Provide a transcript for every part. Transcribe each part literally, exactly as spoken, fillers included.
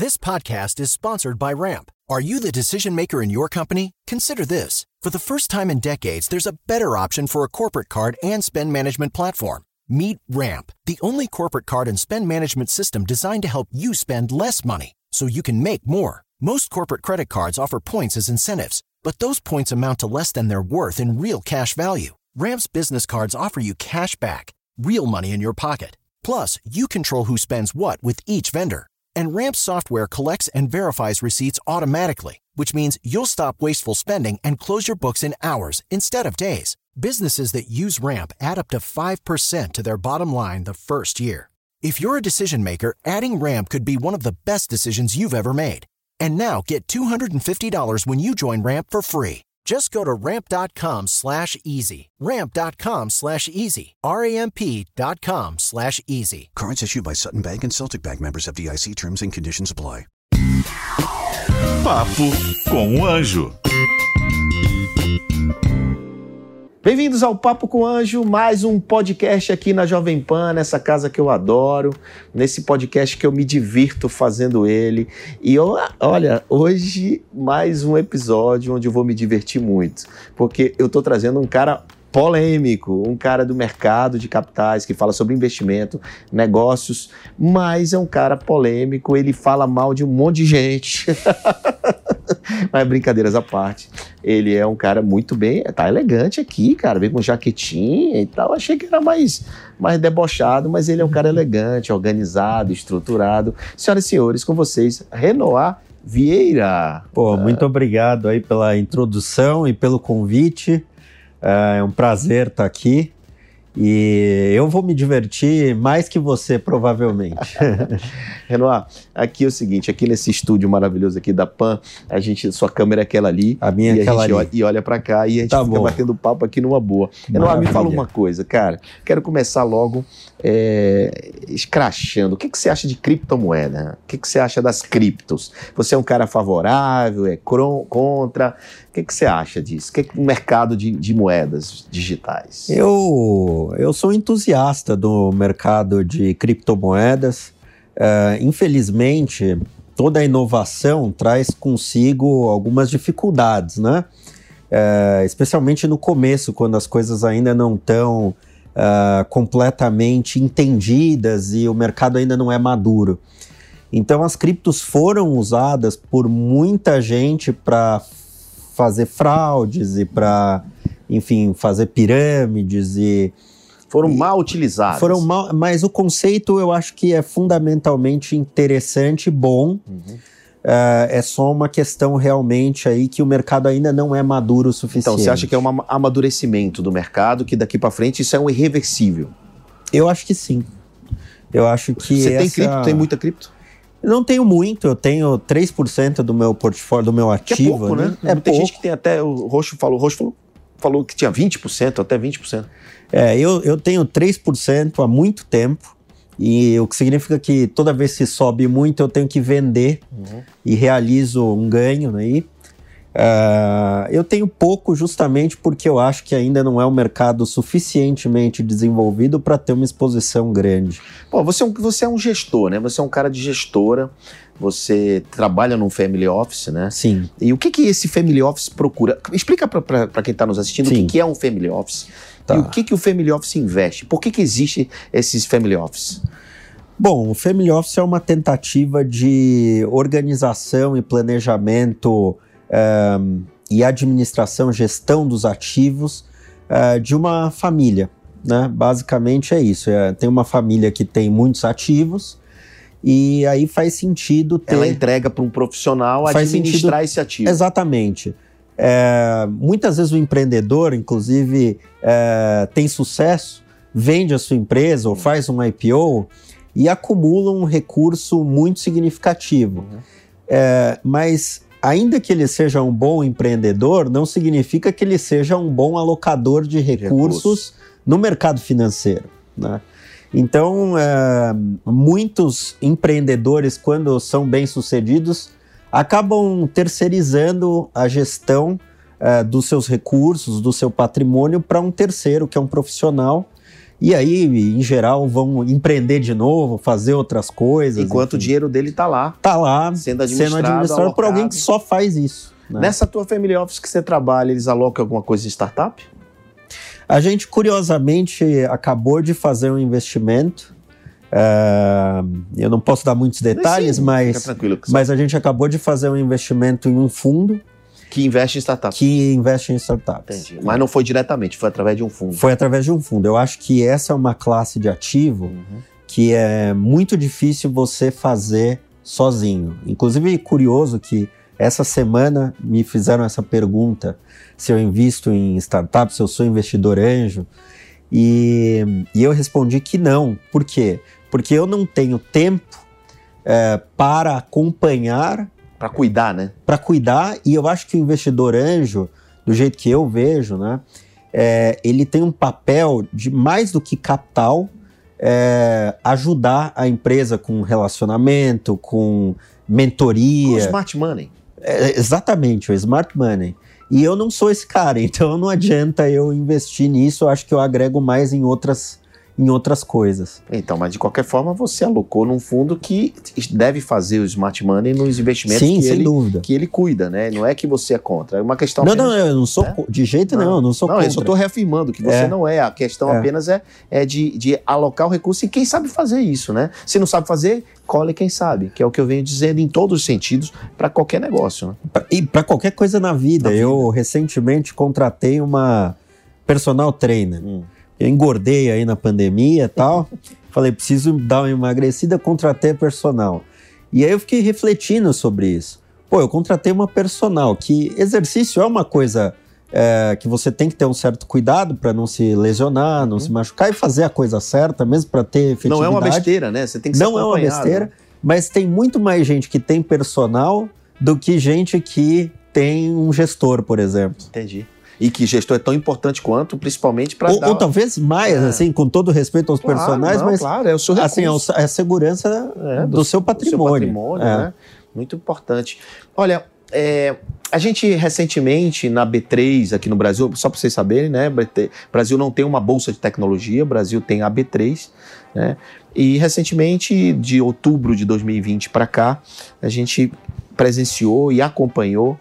This podcast is sponsored by Ramp. Are you the decision maker in your company? Consider this. For the first time in decades, there's a better option for a corporate card and spend management platform. Meet Ramp, the only corporate card and spend management system designed to help you spend less money so you can make more. Most corporate credit cards offer points as incentives, but those points amount to less than their worth in real cash value. Ramp's business cards offer you cash back, real money in your pocket. Plus, you control who spends what with each vendor. And Ramp's software collects and verifies receipts automatically, which means you'll stop wasteful spending and close your books in hours instead of days. Businesses that use Ramp add up to five percent to their bottom line the first year. If you're a decision maker, adding Ramp could be one of the best decisions you've ever made. And now get two hundred fifty dollars when you join Ramp for free. Just go to ramp.com slash easy. Ramp.com slash easy. R-A-M-P.com slash easy. Cards issued by Sutton Bank and Celtic Bank, members F D I C. Terms and conditions apply. Papo com o Anjo. Bem-vindos ao Papo com o Anjo, mais um podcast aqui na Jovem Pan, nessa casa que eu adoro, nesse podcast que eu me divirto fazendo ele. E eu, olha, hoje mais um episódio onde eu vou me divertir muito, porque eu tô trazendo um cara polêmico, um cara do mercado de capitais que fala sobre investimento, negócios, mas é um cara polêmico, ele fala mal de um monte de gente. Mas brincadeiras à parte, ele é um cara muito bem, tá elegante aqui, cara, vem com jaquetinha e tal, achei que era mais, mais debochado, mas ele é um cara elegante, organizado, estruturado. Senhoras e senhores, com vocês, Renoir Vieira. Pô, muito obrigado aí pela introdução e pelo convite, é um prazer estar aqui. E eu vou me divertir mais que você, provavelmente. Renoir, aqui é o seguinte, aqui nesse estúdio maravilhoso aqui da Pan, a gente, sua câmera é aquela ali, a minha e é aquela a gente ali. Olha, e olha pra cá e a gente tá fica bom. batendo papo aqui numa boa. Renoir, me fala uma coisa, cara, quero começar logo é, escrachando. O que, que você acha de criptomoeda? O que, que você acha das criptos? Você é um cara favorável, é contra? O que, que você acha disso? O que, que o mercado de, de moedas digitais? Eu, eu sou entusiasta do mercado de criptomoedas. Uh, infelizmente, toda a inovação traz consigo algumas dificuldades, né? Uh, especialmente no começo, quando as coisas ainda não estão uh, completamente entendidas e o mercado ainda não é maduro. Então, as criptos foram usadas por muita gente para fazer fraudes e para, enfim, fazer pirâmides e... Foram e mal utilizadas. Foram mal, mas o conceito eu acho que é fundamentalmente interessante e bom. Uhum. Uh, é só uma questão realmente aí que o mercado ainda não é maduro o suficiente. Então, você acha que é um amadurecimento do mercado, que daqui para frente isso é um irreversível? Eu acho que sim. Eu acho que Você essa... tem cripto? Tem muita cripto? Eu não tenho muito, eu tenho três por cento do meu portfólio, do meu ativo. Que é pouco, né? né? É tem pouco. gente que tem até, o Roxo falou, o Roxo falou, falou que tinha vinte por cento, até vinte por cento. É, eu, eu tenho três por cento há muito tempo, e o que significa que toda vez que sobe muito eu tenho que vender uhum. e realizo um ganho aí. Uh, eu tenho pouco justamente porque eu acho que ainda não é um mercado suficientemente desenvolvido para ter uma exposição grande. Bom, você é, um, você é um gestor, né? Você é um cara de gestora, você trabalha num family office, né? Sim. E o que, que esse family office procura? Explica para quem está nos assistindo Sim. o que, que é um family office tá. e o que, que o family office investe. Por que, que existe esses family office? Bom, o family office é uma tentativa de organização e planejamento Um, e administração, gestão dos ativos uh, de uma família, né? Basicamente é isso, é, tem uma família que tem muitos ativos e aí faz sentido ter... Ela entrega para um profissional administrar sentido... esse ativo. Exatamente. É, muitas vezes o empreendedor, inclusive, é, tem sucesso, vende a sua empresa ou faz um I P O e acumula um recurso muito significativo. Uhum. É, mas... Ainda que ele seja um bom empreendedor, não significa que ele seja um bom alocador de recursos Recurso. no mercado financeiro, né? Então, é, muitos empreendedores, quando são bem-sucedidos, acabam terceirizando a gestão é, dos seus recursos, do seu patrimônio para um terceiro, que é um profissional, E aí, em geral, vão empreender de novo, fazer outras coisas. Enquanto enfim. o dinheiro dele está lá. Está lá, sendo administrado, sendo administrado por alguém que só faz isso. Né? Nessa tua family office que você trabalha, eles alocam alguma coisa em startup? A gente, curiosamente, acabou de fazer um investimento. Uh, eu não posso dar muitos detalhes, Sim, mas, mas a gente acabou de fazer um investimento em um fundo que investe em startups. Que investe em startups. Entendi. Mas não foi diretamente, foi através de um fundo. Foi através de um fundo. Eu acho que essa é uma classe de ativo uhum. que é muito difícil você fazer sozinho. Inclusive, curioso que essa semana me fizeram essa pergunta se eu invisto em startups, se eu sou investidor anjo, e, e eu respondi que não. Por quê? Porque eu não tenho tempo é, para acompanhar... Para cuidar, né? Para cuidar, e eu acho que o investidor anjo, do jeito que eu vejo, né, é, ele tem um papel de mais do que capital, é, ajudar a empresa com relacionamento, com mentoria. Com o smart money. É, exatamente, o smart money. E eu não sou esse cara, então não adianta eu investir nisso, eu acho que eu agrego mais em outras, em outras coisas. Então, mas de qualquer forma você alocou num fundo que deve fazer o smart money nos investimentos Sim, que, sem ele, dúvida. que ele cuida, né? Não é que você é contra, é uma questão... Não, apenas, não, eu não sou, né? De jeito não, não, eu não sou não, contra. Eu só estou reafirmando que você é. não é, a questão é. apenas é, é de, de alocar o recurso e quem sabe fazer isso, né? Se não sabe fazer, cole quem sabe, que é o que eu venho dizendo em todos os sentidos para qualquer negócio. Né? Pra, e para qualquer coisa na vida. Na eu vida. recentemente contratei uma personal trainer. Hum. Eu engordei aí na pandemia e tal. Falei, preciso dar uma emagrecida, contratei a personal. E aí eu fiquei refletindo sobre isso. Pô, eu contratei uma personal, que exercício é uma coisa é, que você tem que ter um certo cuidado para não se lesionar, não uhum. se machucar e fazer a coisa certa, mesmo para ter efetividade. Não é uma besteira, né? Você tem que ser Não é uma besteira, mas tem muito mais gente que tem personal do que gente que tem um gestor, por exemplo. Entendi. E que gestor é tão importante quanto, principalmente para ou, dar... ou talvez mais, é. assim, com todo respeito aos claro, personagens, não, mas claro, é o seu assim, é a segurança é, do, do seu patrimônio. Do seu patrimônio, é. né? Muito importante. Olha, é, a gente recentemente, na B três aqui no Brasil, só para vocês saberem, né? O Brasil não tem uma bolsa de tecnologia, o Brasil tem a B três, né? E recentemente, de outubro de dois mil e vinte para cá, a gente presenciou e acompanhou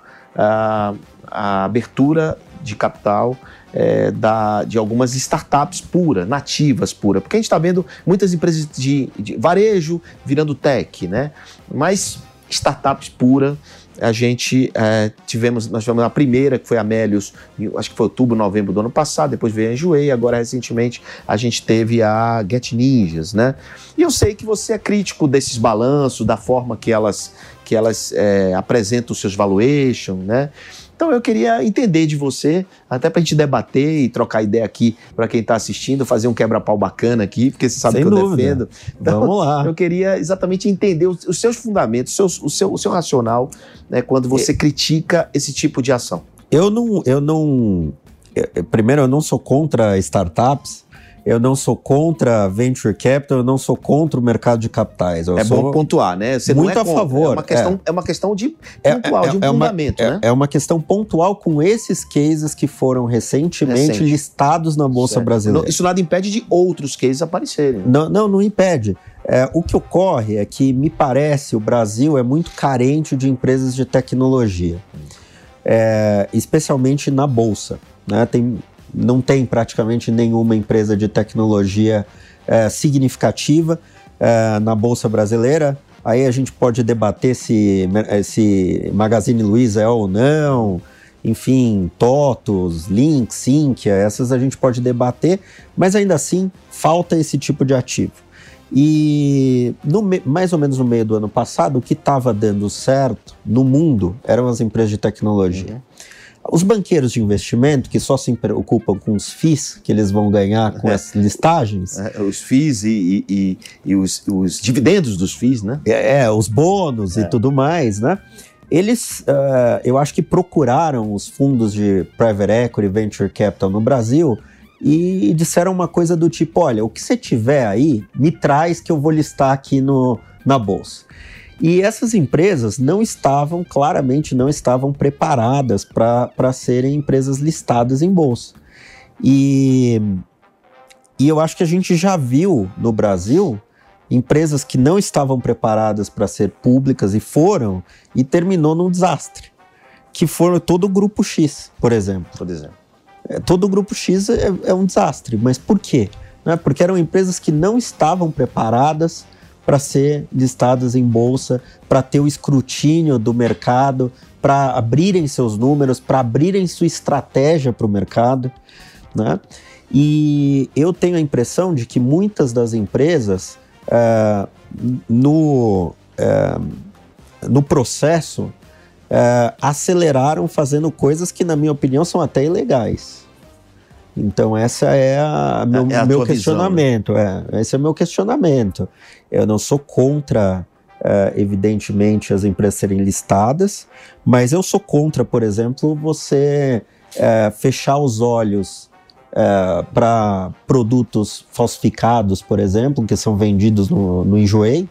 a, a abertura de capital é, da, de algumas startups puras, nativas puras, porque a gente está vendo muitas empresas de, de varejo virando tech, né? Mas startups puras, a gente é, tivemos, nós tivemos a primeira, que foi a Melius, acho que foi outubro, novembro do ano passado, depois veio a Enjoei, agora recentemente a gente teve a Get Ninjas, né? E eu sei que você é crítico desses balanços, da forma que elas, que elas é, apresentam os seus valuations, né? Então eu queria entender de você, até pra gente debater e trocar ideia aqui para quem tá assistindo, fazer um quebra-pau bacana aqui, porque você sabe Sem que eu dúvida. defendo. Então, vamos lá. Eu queria exatamente entender os, os seus fundamentos, o seu, o seu, o seu racional, né, quando você é. critica esse tipo de ação. Eu não... Eu não eu, primeiro, eu não sou contra startups, eu não sou contra venture capital, eu não sou contra o mercado de capitais. Eu é sou bom pontuar, né? Você muito não é a favor. É uma questão, é. É uma questão de pontual, é, é, de um é fundamento, uma, né? É, é uma questão pontual com esses cases que foram recentemente Recente. listados na Bolsa certo. Brasileira. Não, isso nada impede de outros cases aparecerem. Não, não, não impede. É, o que ocorre é que, me parece, o Brasil é muito carente de empresas de tecnologia, é, especialmente na Bolsa, né? Tem... Não tem praticamente nenhuma empresa de tecnologia é, significativa é, na Bolsa Brasileira. Aí a gente pode debater se, se Magazine Luiza é ou não, enfim, TOTUS, Link, Sinqia, essas a gente pode debater, mas ainda assim falta esse tipo de ativo. E no, mais ou menos no meio do ano passado, o que estava dando certo no mundo eram as empresas de tecnologia. Uhum. Os banqueiros de investimento, que só se preocupam com os F I Is que eles vão ganhar com é. as listagens. É, os F I Is e, e, e os, os dividendos dos F I Is, né? É, é os bônus é. e tudo mais, né? Eles, uh, eu acho que procuraram os fundos de Private Equity, Venture Capital no Brasil e disseram uma coisa do tipo, olha, o que você tiver aí, me traz que eu vou listar aqui no, na Bolsa. E essas empresas não estavam, claramente não estavam preparadas para serem empresas listadas em bolsa. E, e eu acho que a gente já viu no Brasil empresas que não estavam preparadas para ser públicas e foram, e terminou num desastre. Que foram todo o Grupo X, por exemplo. Por exemplo. É, todo o Grupo X é, é um desastre. Mas por quê? Né? Porque eram empresas que não estavam preparadas para ser listadas em bolsa, para ter o escrutínio do mercado, para abrirem seus números, para abrirem sua estratégia para o mercado, né? E eu tenho a impressão de que muitas das empresas, é, no, é, no processo, é, aceleraram fazendo coisas que, na minha opinião, são até ilegais. Então, essa é a meu, é a meu questionamento. Visão, né? é, esse é o meu questionamento. Eu não sou contra, é, evidentemente, as empresas serem listadas, mas eu sou contra, por exemplo, você é, fechar os olhos é, para produtos falsificados, por exemplo, que são vendidos no, no Enjoei,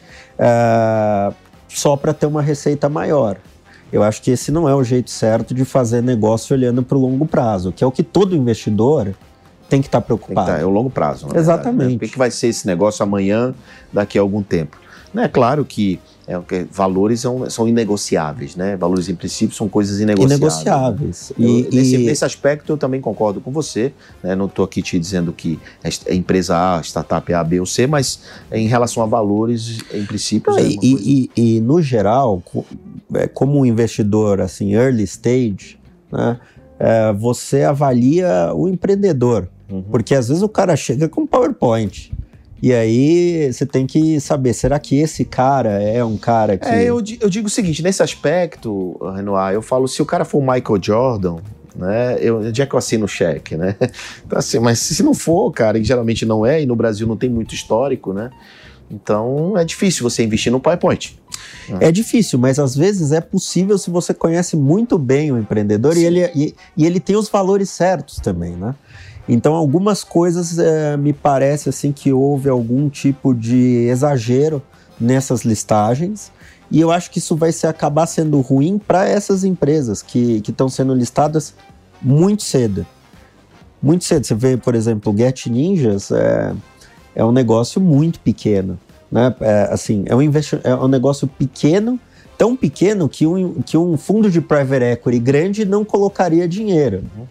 é, só para ter uma receita maior. Eu acho que esse não é o jeito certo de fazer negócio olhando para o longo prazo, que é o que todo investidor tem que estar tá preocupado. Tem que tá, é o longo prazo. Exatamente. Verdade, né? O que vai ser esse negócio amanhã, daqui a algum tempo? É claro que é, valores são, são inegociáveis, né? Valores em princípio são coisas inegociáveis. Inegociáveis. Eu, e, nesse, e... nesse aspecto eu também concordo com você, né? Não estou aqui te dizendo que é empresa A, startup A, B ou C, mas em relação a valores, em princípio... Ah, é e, e, e, e no geral, como um investidor assim, early stage, né? É, você avalia o empreendedor, uhum. Porque às vezes o cara chega com PowerPoint. E aí você tem que saber, será que esse cara é um cara que... É, eu, eu digo o seguinte, nesse aspecto, Renoir, eu falo, se o cara for o Michael Jordan, né, eu, onde é que eu assino o cheque, né? Então, assim, mas se não for, cara, e geralmente não é, e no Brasil não tem muito histórico, né? Então é difícil você investir no PowerPoint. É difícil, mas às vezes é possível se você conhece muito bem o empreendedor e ele, e, e ele tem os valores certos também, né? Então, algumas coisas é, me parece assim que houve algum tipo de exagero nessas listagens e eu acho que isso vai ser, acabar sendo ruim para essas empresas que estão sendo listadas muito cedo. Muito cedo. Você vê, por exemplo, o Get Ninjas é, é um negócio muito pequeno, né? É, assim, é, um investi- é um negócio pequeno, tão pequeno que um, que um fundo de private equity grande não colocaria dinheiro. Uhum.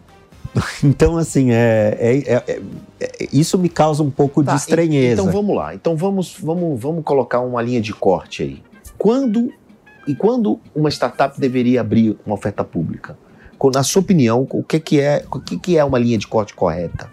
Então, assim, é, é, é, é, isso me causa um pouco tá, de estranheza. Então vamos lá, então vamos, vamos, vamos colocar uma linha de corte aí. Quando, e quando uma startup deveria abrir uma oferta pública? Na sua opinião, o que, que, é, o que, que é uma linha de corte correta?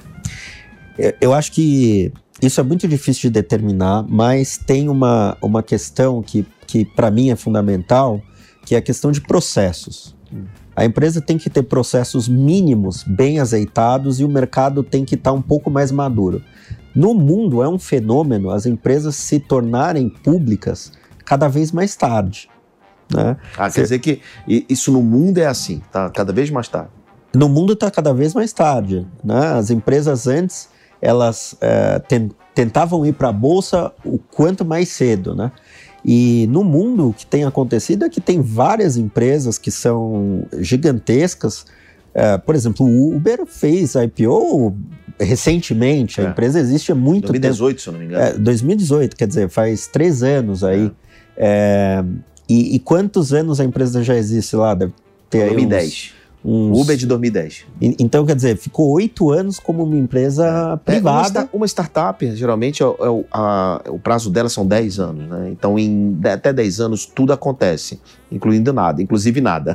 Eu acho que isso é muito difícil de determinar, mas tem uma, uma questão que, que para mim é fundamental, que é a questão de processos. Hum. A empresa tem que ter processos mínimos bem azeitados e o mercado tem que estar um pouco mais maduro. No mundo é um fenômeno as empresas se tornarem públicas cada vez mais tarde, né? Ah, quer dizer que isso no mundo é assim, tá? Cada vez mais tarde. No mundo está cada vez mais tarde, né? As empresas antes, elas é, ten- tentavam ir para a bolsa o quanto mais cedo, né? E no mundo o que tem acontecido é que tem várias empresas que são gigantescas. É, por exemplo, o Uber fez I P O recentemente, a é. empresa existe há muito tempo. dois mil e dezoito, tempo. Se eu não me engano. É, dois mil e dezoito, quer dizer, faz três anos aí. É. É, e, e quantos anos a empresa já existe lá? Deve ter dois mil e dez. Uns... Uns... Uber de dois mil e dez. Então, quer dizer, ficou oito anos como uma empresa é, privada. Uma, uma startup, geralmente, é, é, a, o prazo dela são dez anos, né? Então, em até dez anos, tudo acontece, incluindo nada, inclusive nada.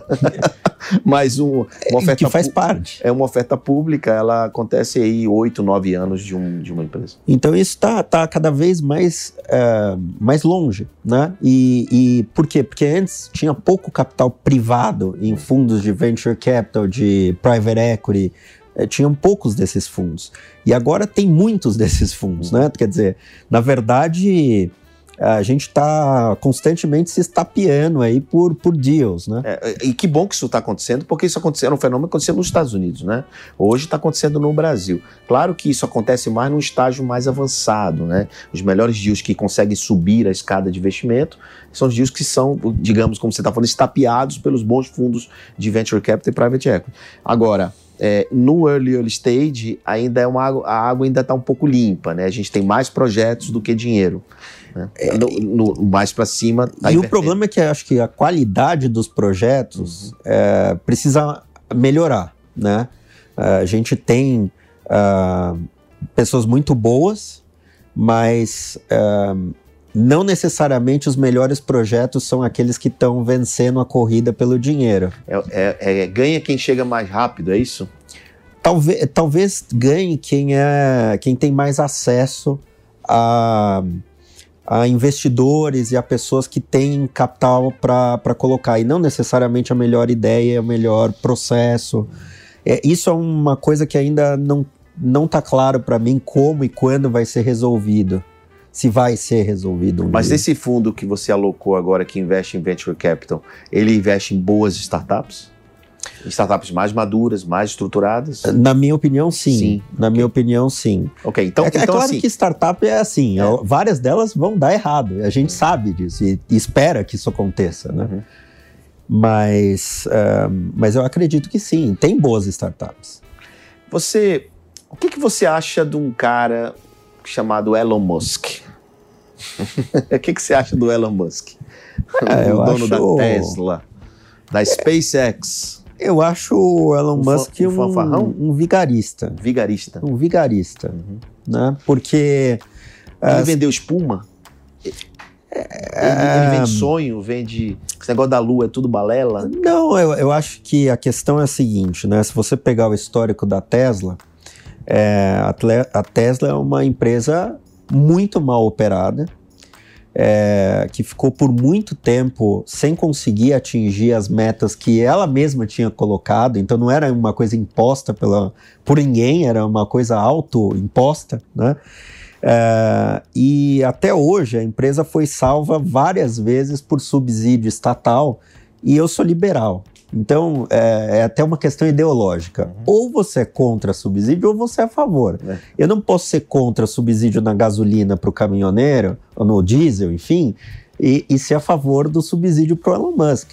Mas um, uma oferta... Que faz parte. É uma oferta pública, ela acontece aí oito, nove anos de, um, de uma empresa. Então, isso está tá cada vez mais, é, mais longe, né? E, e por quê? Porque antes tinha pouco capital privado em fundos de venture capital, de private equity, é, tinham poucos desses fundos. E agora tem muitos desses fundos, né? Quer dizer, na verdade, a gente está constantemente se estapeando aí por, por deals, né? É, e que bom que isso está acontecendo, porque isso aconteceu, era um fenômeno que acontecia nos Estados Unidos, né? Hoje está acontecendo no Brasil. Claro que isso acontece mais num estágio mais avançado, né? Os melhores deals que conseguem subir a escada de investimento são os deals que são, digamos, como você está falando, estapeados pelos bons fundos de venture capital e private equity. Agora, é, no early, early stage, ainda é uma água, a água ainda está um pouco limpa, né? A gente tem mais projetos do que dinheiro. Né? É, no, no, mais para cima... Tá e invertendo. O problema é que acho que a qualidade dos projetos uhum. é, precisa melhorar, né? A gente tem uh, pessoas muito boas, mas uh, não necessariamente os melhores projetos são aqueles que estão vencendo a corrida pelo dinheiro. É, é, é, ganha quem chega mais rápido, é isso? Talvez, talvez ganhe quem, é, quem tem mais acesso a... a investidores e a pessoas que têm capital para colocar, e não necessariamente a melhor ideia, o melhor processo. É, isso é uma coisa que ainda não não está claro para mim como e quando vai ser resolvido, se vai ser resolvido. Um Mas dia. Esse fundo que você alocou agora, que investe em Venture Capital, ele investe em boas startups? Startups mais maduras, mais estruturadas? Na minha opinião, sim. sim. Na okay. minha opinião, sim. Ok, então... É, então, é claro assim, que startup é assim, é. várias delas vão dar errado, a gente uhum. sabe disso e, e espera que isso aconteça, né? Uhum. Mas, uh, mas eu acredito que sim, tem boas startups. Você, o que, que você acha de um cara chamado Elon Musk? O que, que você acha do Elon Musk? É, o dono acho... da Tesla, da SpaceX. Eu acho o Elon um Musk um, um, um vigarista. Vigarista. Um vigarista, uhum. né? Porque... Ele uh, vendeu espuma? É, ele, ele vende sonho, vende... Esse negócio da lua é tudo balela? Não, eu, eu acho que a questão é a seguinte, né? Se você pegar o histórico da Tesla, é, a, a Tesla é uma empresa muito mal operada, é, que ficou por muito tempo sem conseguir atingir as metas que ela mesma tinha colocado, então não era uma coisa imposta pela, por ninguém, era uma coisa auto-imposta, né? É, e até hoje a empresa foi salva várias vezes por subsídio estatal, e eu sou liberal. Então, é, é até uma questão ideológica. Uhum. Ou você é contra subsídio ou você é a favor. É. Eu não posso ser contra subsídio na gasolina para o caminhoneiro, ou no diesel, enfim, e, e ser a favor do subsídio para o Elon Musk.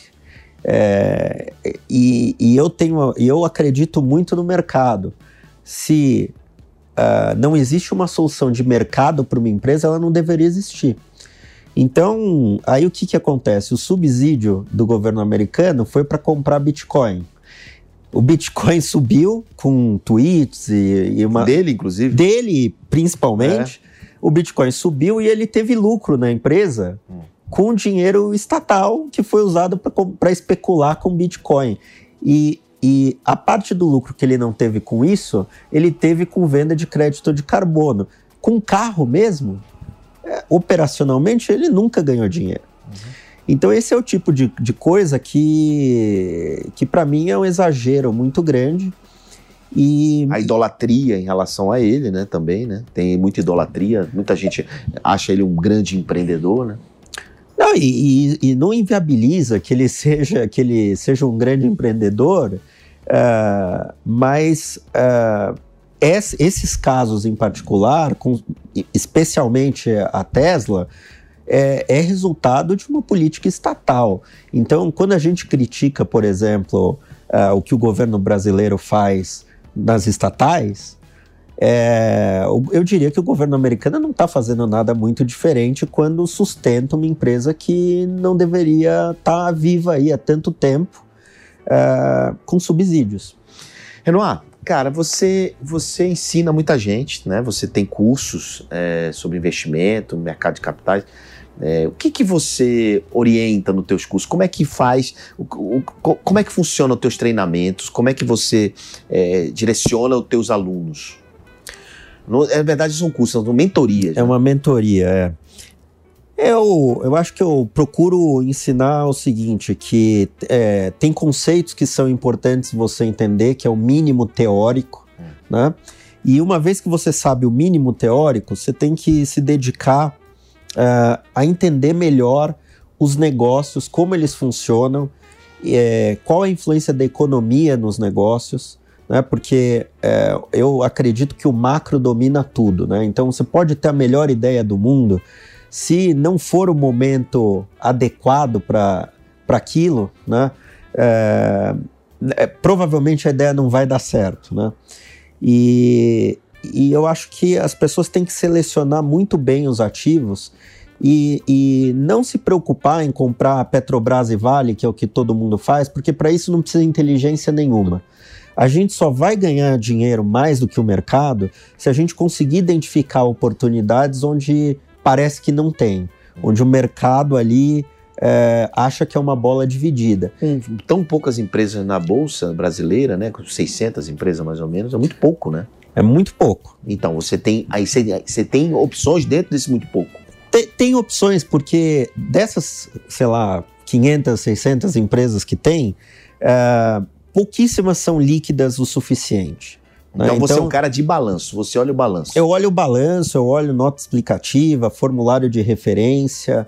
É, e, e eu, tenho, eu acredito muito no mercado. Se uh, não existe uma solução de mercado para uma empresa, ela não deveria existir. Então, aí o que, que acontece? O subsídio do governo americano foi para comprar Bitcoin. O Bitcoin subiu com tweets e, e uma... Dele, inclusive? Dele, principalmente. É. O Bitcoin subiu e ele teve lucro na empresa hum. com dinheiro estatal que foi usado para especular com Bitcoin. E, e a parte do lucro que ele não teve com isso, ele teve com venda de crédito de carbono. Com carro mesmo... É, operacionalmente, ele nunca ganhou dinheiro. Uhum. Então, esse é o tipo de, de coisa que, que para mim, é um exagero muito grande. E... A idolatria em relação a ele, né, também, né? Tem muita idolatria. Muita gente acha ele um grande empreendedor, né? Não, e, e, e não inviabiliza que ele seja, que ele seja um grande empreendedor, uh, mas... Uh, esses casos em particular, com, especialmente a Tesla, é, é resultado de uma política estatal. Então, quando a gente critica, por exemplo, uh, o que o governo brasileiro faz nas estatais, é, eu diria que o governo americano não está fazendo nada muito diferente quando sustenta uma empresa que não deveria estar tá viva aí há tanto tempo uh, com subsídios. Renoir, cara, você, você ensina muita gente, né? Você tem cursos é, sobre investimento, mercado de capitais. É, o que, que você orienta nos teus cursos? Como é que faz? O, o, como é que funciona os teus treinamentos? Como é que você é, direciona os teus alunos? No, na verdade, são cursos, são mentorias. É, né? Uma mentoria, é. Eu, eu acho que eu procuro ensinar o seguinte, que é, tem conceitos que são importantes você entender, que é o mínimo teórico, hum. né? E uma vez que você sabe o mínimo teórico, você tem que se dedicar uh, a entender melhor os negócios, como eles funcionam, é, qual a influência da economia nos negócios, né? Porque é, eu acredito que o macro domina tudo, né? Então você pode ter a melhor ideia do mundo, se não for o momento adequado para aquilo, né, é, é, provavelmente a ideia não vai dar certo, né? E, e eu acho que as pessoas têm que selecionar muito bem os ativos e, e não se preocupar em comprar Petrobras e Vale, que é o que todo mundo faz, porque para isso não precisa de inteligência nenhuma. A gente só vai ganhar dinheiro mais do que o mercado se a gente conseguir identificar oportunidades onde parece que não tem, onde o mercado ali é, acha que é uma bola dividida. Com tão poucas empresas na Bolsa brasileira, né, com seiscentas empresas mais ou menos, é muito pouco, né? É muito pouco. Então, você tem, aí você, você tem opções dentro desse muito pouco. Tem, tem opções, porque dessas, sei lá, quinhentas, seiscentas empresas que tem, é, pouquíssimas são líquidas o suficiente. Né? Então você então, é um cara de balanço, você olha o balanço. Eu olho o balanço, eu olho nota explicativa, formulário de referência,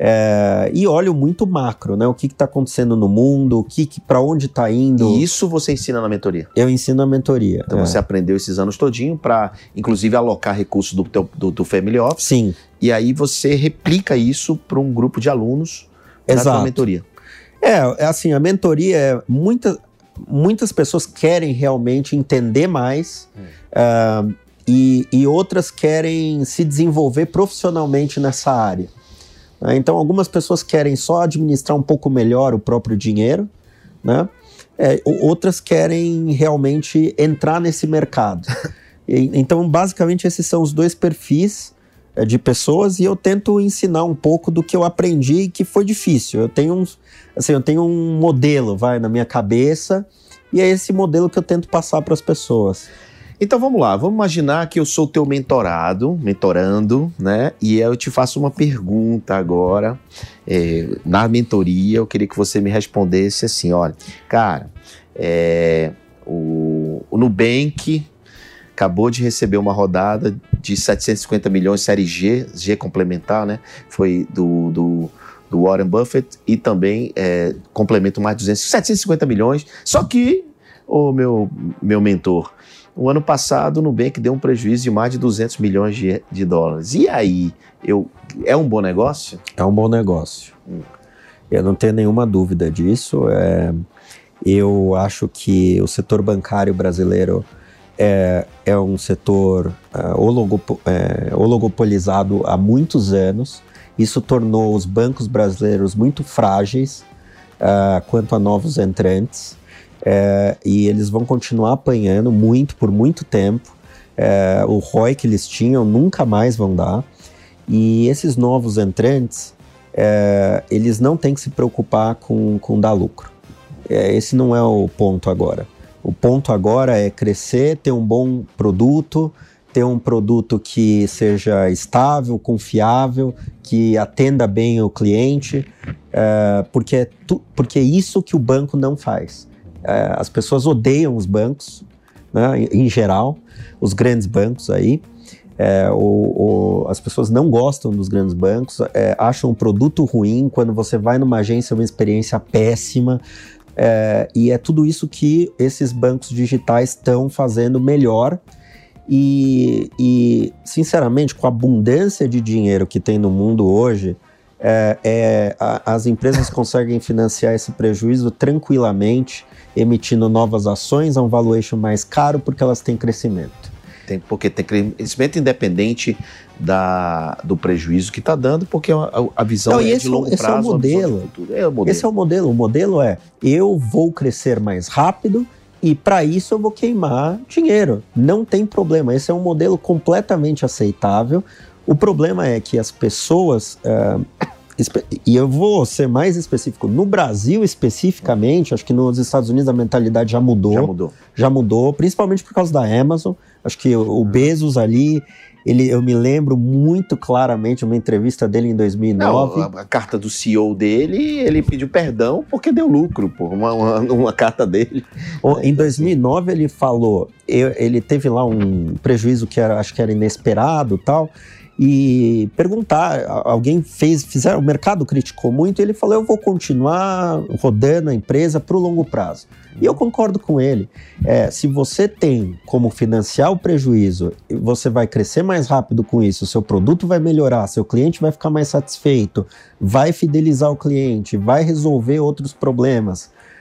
é, e olho muito macro, né? O que está acontecendo no mundo, o que, que, para onde está indo. E isso você ensina na mentoria? Eu ensino na mentoria. Então é. você aprendeu esses anos todinho para, inclusive, alocar recursos do, teu, do, do Family Office. Sim. E aí você replica isso para um grupo de alunos da tua mentoria. É, é assim, a mentoria é muita... Muitas pessoas querem realmente entender mais hum. uh, e, e outras querem se desenvolver profissionalmente nessa área. Uh, então, algumas pessoas querem só administrar um pouco melhor o próprio dinheiro, né? É, outras querem realmente entrar nesse mercado. e, então, basicamente, esses são os dois perfis é, de pessoas e eu tento ensinar um pouco do que eu aprendi e que foi difícil. Eu tenho uns... Assim, eu tenho um modelo, vai, na minha cabeça, e é esse modelo que eu tento passar para as pessoas. Então vamos lá, vamos imaginar que eu sou teu mentorado, mentorando, né? E eu te faço uma pergunta agora, é, na mentoria, eu queria que você me respondesse assim, olha, cara, é, o, o Nubank acabou de receber uma rodada de setecentos e cinquenta milhões, série G, G complementar, né? Foi do... do do Warren Buffett e também é, complemento mais duzentos, setecentos e cinquenta milhões. Só que, o meu, meu mentor, o ano passado o Nubank deu um prejuízo de mais de duzentos milhões de, de dólares. E aí, eu, é um bom negócio? É um bom negócio. Hum. Eu não tenho nenhuma dúvida disso. É, eu acho que o setor bancário brasileiro é, é um setor é, oligopo, é, oligopolizado há muitos anos. Isso tornou os bancos brasileiros muito frágeis uh, quanto a novos entrantes uh, e eles vão continuar apanhando muito por muito tempo. Uh, o R O I que eles tinham nunca mais vão dar. E esses novos entrantes, uh, eles não têm que se preocupar com, com dar lucro. Uh, esse não é o ponto agora. O ponto agora é crescer, ter um bom produto, ter um produto que seja estável, confiável, que atenda bem o cliente, é, porque, é tu, porque é isso que o banco não faz. É, as pessoas odeiam os bancos, né, em, em geral, os grandes bancos aí, é, o, o, as pessoas não gostam dos grandes bancos, é, acham o produto ruim, quando você vai numa agência é uma experiência péssima, é, e é tudo isso que esses bancos digitais estão fazendo melhor. E, e, sinceramente, com a abundância de dinheiro que tem no mundo hoje, é, é, a, as empresas conseguem financiar esse prejuízo tranquilamente, emitindo novas ações a um valuation mais caro, porque elas têm crescimento. Tem, porque tem crescimento independente da, do prejuízo que está dando, porque a, a visão Não, é esse, de longo esse prazo. É o modelo. É o modelo. Esse é o modelo. O modelo é, eu vou crescer mais rápido, e para isso eu vou queimar dinheiro. Não tem problema. Esse é um modelo completamente aceitável. O problema é que as pessoas... Uh, e eu vou ser mais específico. No Brasil, especificamente, acho que nos Estados Unidos a mentalidade já mudou. Já mudou. Já mudou, principalmente por causa da Amazon. Acho que o, o Bezos ali... Ele, eu me lembro muito claramente uma entrevista dele em dois mil e nove. Não, a, a carta do C E O dele, ele pediu perdão porque deu lucro, por uma, uma, uma carta dele. Em dois mil e nove ele falou, eu, ele teve lá um prejuízo que era, acho que era inesperado e tal, e perguntar, alguém fez, fizeram, o mercado criticou muito, e ele falou, eu vou continuar rodando a empresa para o longo prazo. E eu concordo com ele. É, se você tem como financiar o prejuízo, você vai crescer mais rápido com isso, seu produto vai melhorar, seu cliente vai ficar mais satisfeito, vai fidelizar o cliente, vai resolver outros problemas.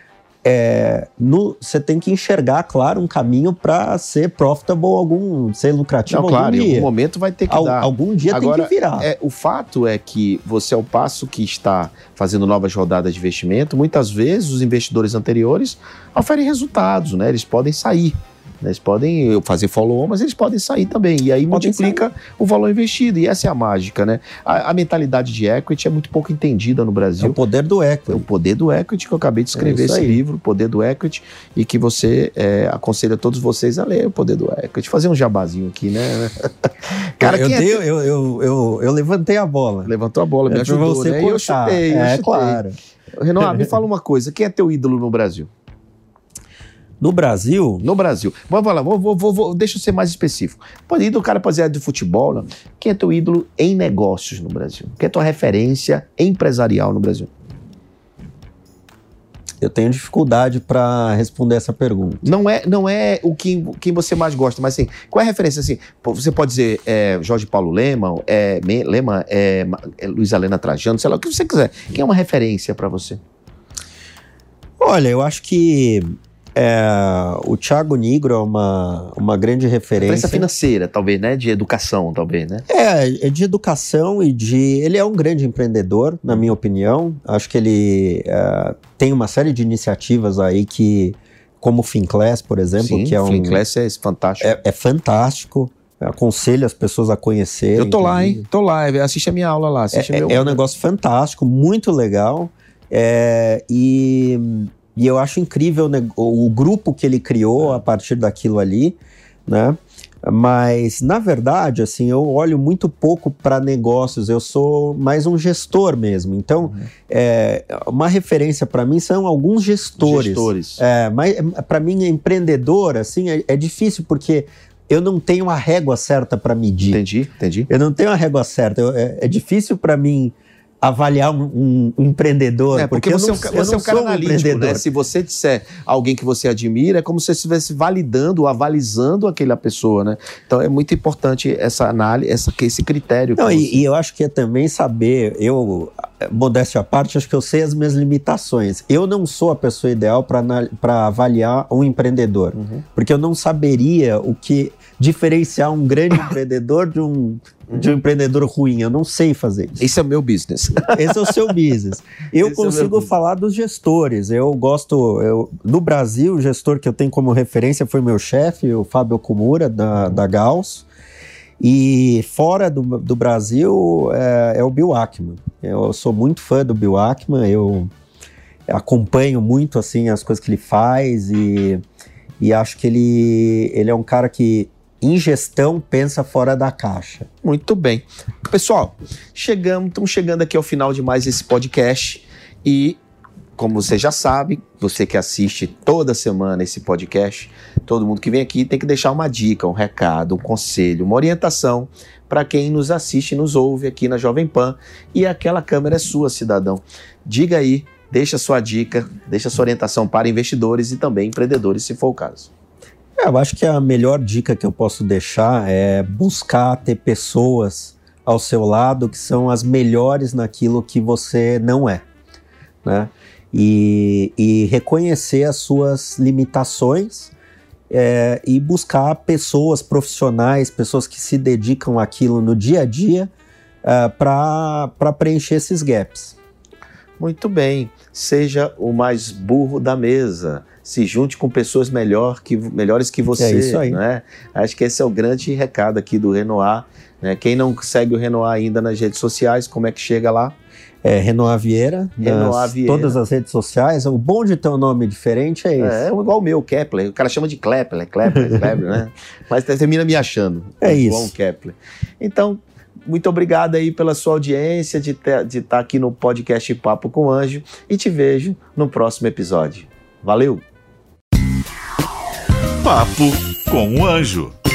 é, no, você tem que enxergar, claro, um caminho para ser profitable, algum, ser lucrativo Não, algum claro, dia. em algum momento vai ter que Al, dar. Algum dia Agora, tem que virar. É, o fato é que você, ao passo que está fazendo novas rodadas de investimento, muitas vezes os investidores anteriores oferem resultados, né? Eles podem sair. Eles podem fazer follow-on, mas eles podem sair também. E aí Podem multiplica sair. o valor investido. E essa é a mágica, né? A, a mentalidade de equity é muito pouco entendida no É Brasil. o poder do equity. É o poder do equity, que eu acabei de escrever É isso esse aí. livro, O Poder do Equity, e que você é, aconselha todos vocês a ler O Poder do Equity. Fazer um jabazinho aqui, né? Cara, eu, quem dei, é... eu, eu, eu, eu levantei a bola. Levantou a bola, me É pra ajudou, você né? E eu cortar. chutei, eu É, chutei. claro. Renoir, me fala uma coisa. Quem é teu ídolo no Brasil? No Brasil, No Brasil. Vamos lá, vou, vou, vou, vou, deixa eu ser mais específico. Pode ir do cara para dizer de futebol, né? Quem é teu ídolo em negócios no Brasil? Quem é tua referência empresarial no Brasil? eu tenho dificuldade para responder essa pergunta. Não é, não é o que quem você mais gosta, mas assim, qual é a referência? Assim, você pode dizer é, Jorge Paulo Lema, é, Lema, é, é Luiz Helena Trajano, sei lá, o que você quiser. Quem é uma referência para você? Olha, eu acho que é, o Thiago Nigro é uma, uma grande referência. Referência financeira, talvez, né? De educação, talvez, né? É, é de educação e de... Ele é um grande empreendedor, na minha opinião. Acho que ele é, tem uma série de iniciativas aí que... Como o Finclass, por exemplo, Sim, que é um... Finclass é fantástico. É, é fantástico. Eu aconselho as pessoas a conhecerem. Eu tô lá, inclusive. hein? Tô lá. Assiste a minha aula lá. Assiste É, meu... é um negócio fantástico, muito legal. É, e... E eu acho incrível o, o grupo que ele criou a partir daquilo ali, né? Mas, na verdade, assim, eu olho muito pouco para negócios, eu sou mais um gestor mesmo. Então, uhum. é, uma referência para mim são alguns gestores. Gestores. É, mas para mim, empreendedor, assim, é, é difícil porque eu não tenho a régua certa para medir. Entendi, entendi. Eu não tenho a régua certa. Eu, é, é difícil para mim avaliar um, um, um empreendedor, é, porque, porque você, eu não, é um, você é um cara um analítico, né? Se você disser alguém que você admira, é como se você estivesse validando, avalizando aquela pessoa, né? Então é muito importante essa análise, essa, esse critério. Não, e, e eu acho que é também saber, eu, modéstia à parte, acho que eu sei as minhas limitações. Eu não sou a pessoa ideal para avaliar um empreendedor, uhum. porque eu não saberia o que diferenciar um grande empreendedor de um, uhum. de um empreendedor ruim. Eu não sei fazer isso. Esse é o meu business. Esse é o seu business. Eu Esse consigo é falar dos gestores. Eu gosto... Eu, no Brasil, o gestor que eu tenho como referência foi meu chefe, o Fábio Okumura, da, da Gauss. E fora do, do Brasil, é, é o Bill Ackman. Eu sou muito fã do Bill Ackman. Eu acompanho muito assim, as coisas que ele faz e, e acho que ele, ele é um cara que em gestão pensa fora da caixa. Muito bem. Pessoal, chegamos, estamos chegando aqui ao final de mais esse podcast e, como você já sabe, você que assiste toda semana esse podcast, todo mundo que vem aqui tem que deixar uma dica, um recado, um conselho, uma orientação para quem nos assiste e nos ouve aqui na Jovem Pan. E aquela câmera é sua, cidadão. Diga aí, deixa sua dica, deixa sua orientação para investidores e também empreendedores, se for o caso. É, eu acho que a melhor dica que eu posso deixar é buscar ter pessoas ao seu lado que são as melhores naquilo que você não é, né? E, e reconhecer as suas limitações é, e buscar pessoas profissionais, pessoas que se dedicam àquilo no dia a dia é, para preencher esses gaps. Muito bem. Seja o mais burro da mesa. Se junte com pessoas melhor que, melhores que você. É isso aí. Né? Acho que esse é o grande recado aqui do Renoir. Né? Quem não segue o Renoir ainda nas redes sociais, como é que chega lá? É Renoir Vieira, Renoir nas, Vieira. Todas as redes sociais. O bom de ter um nome diferente é esse. É, é igual o meu, Kepler. O cara chama de Klepler, Klepler, Klepler, né? Mas termina me achando. É igual isso. Um Kepler. Então, muito obrigado aí pela sua audiência, de estar aqui no podcast Papo com Anjo, e te vejo no próximo episódio. Valeu! Papo com o Anjo.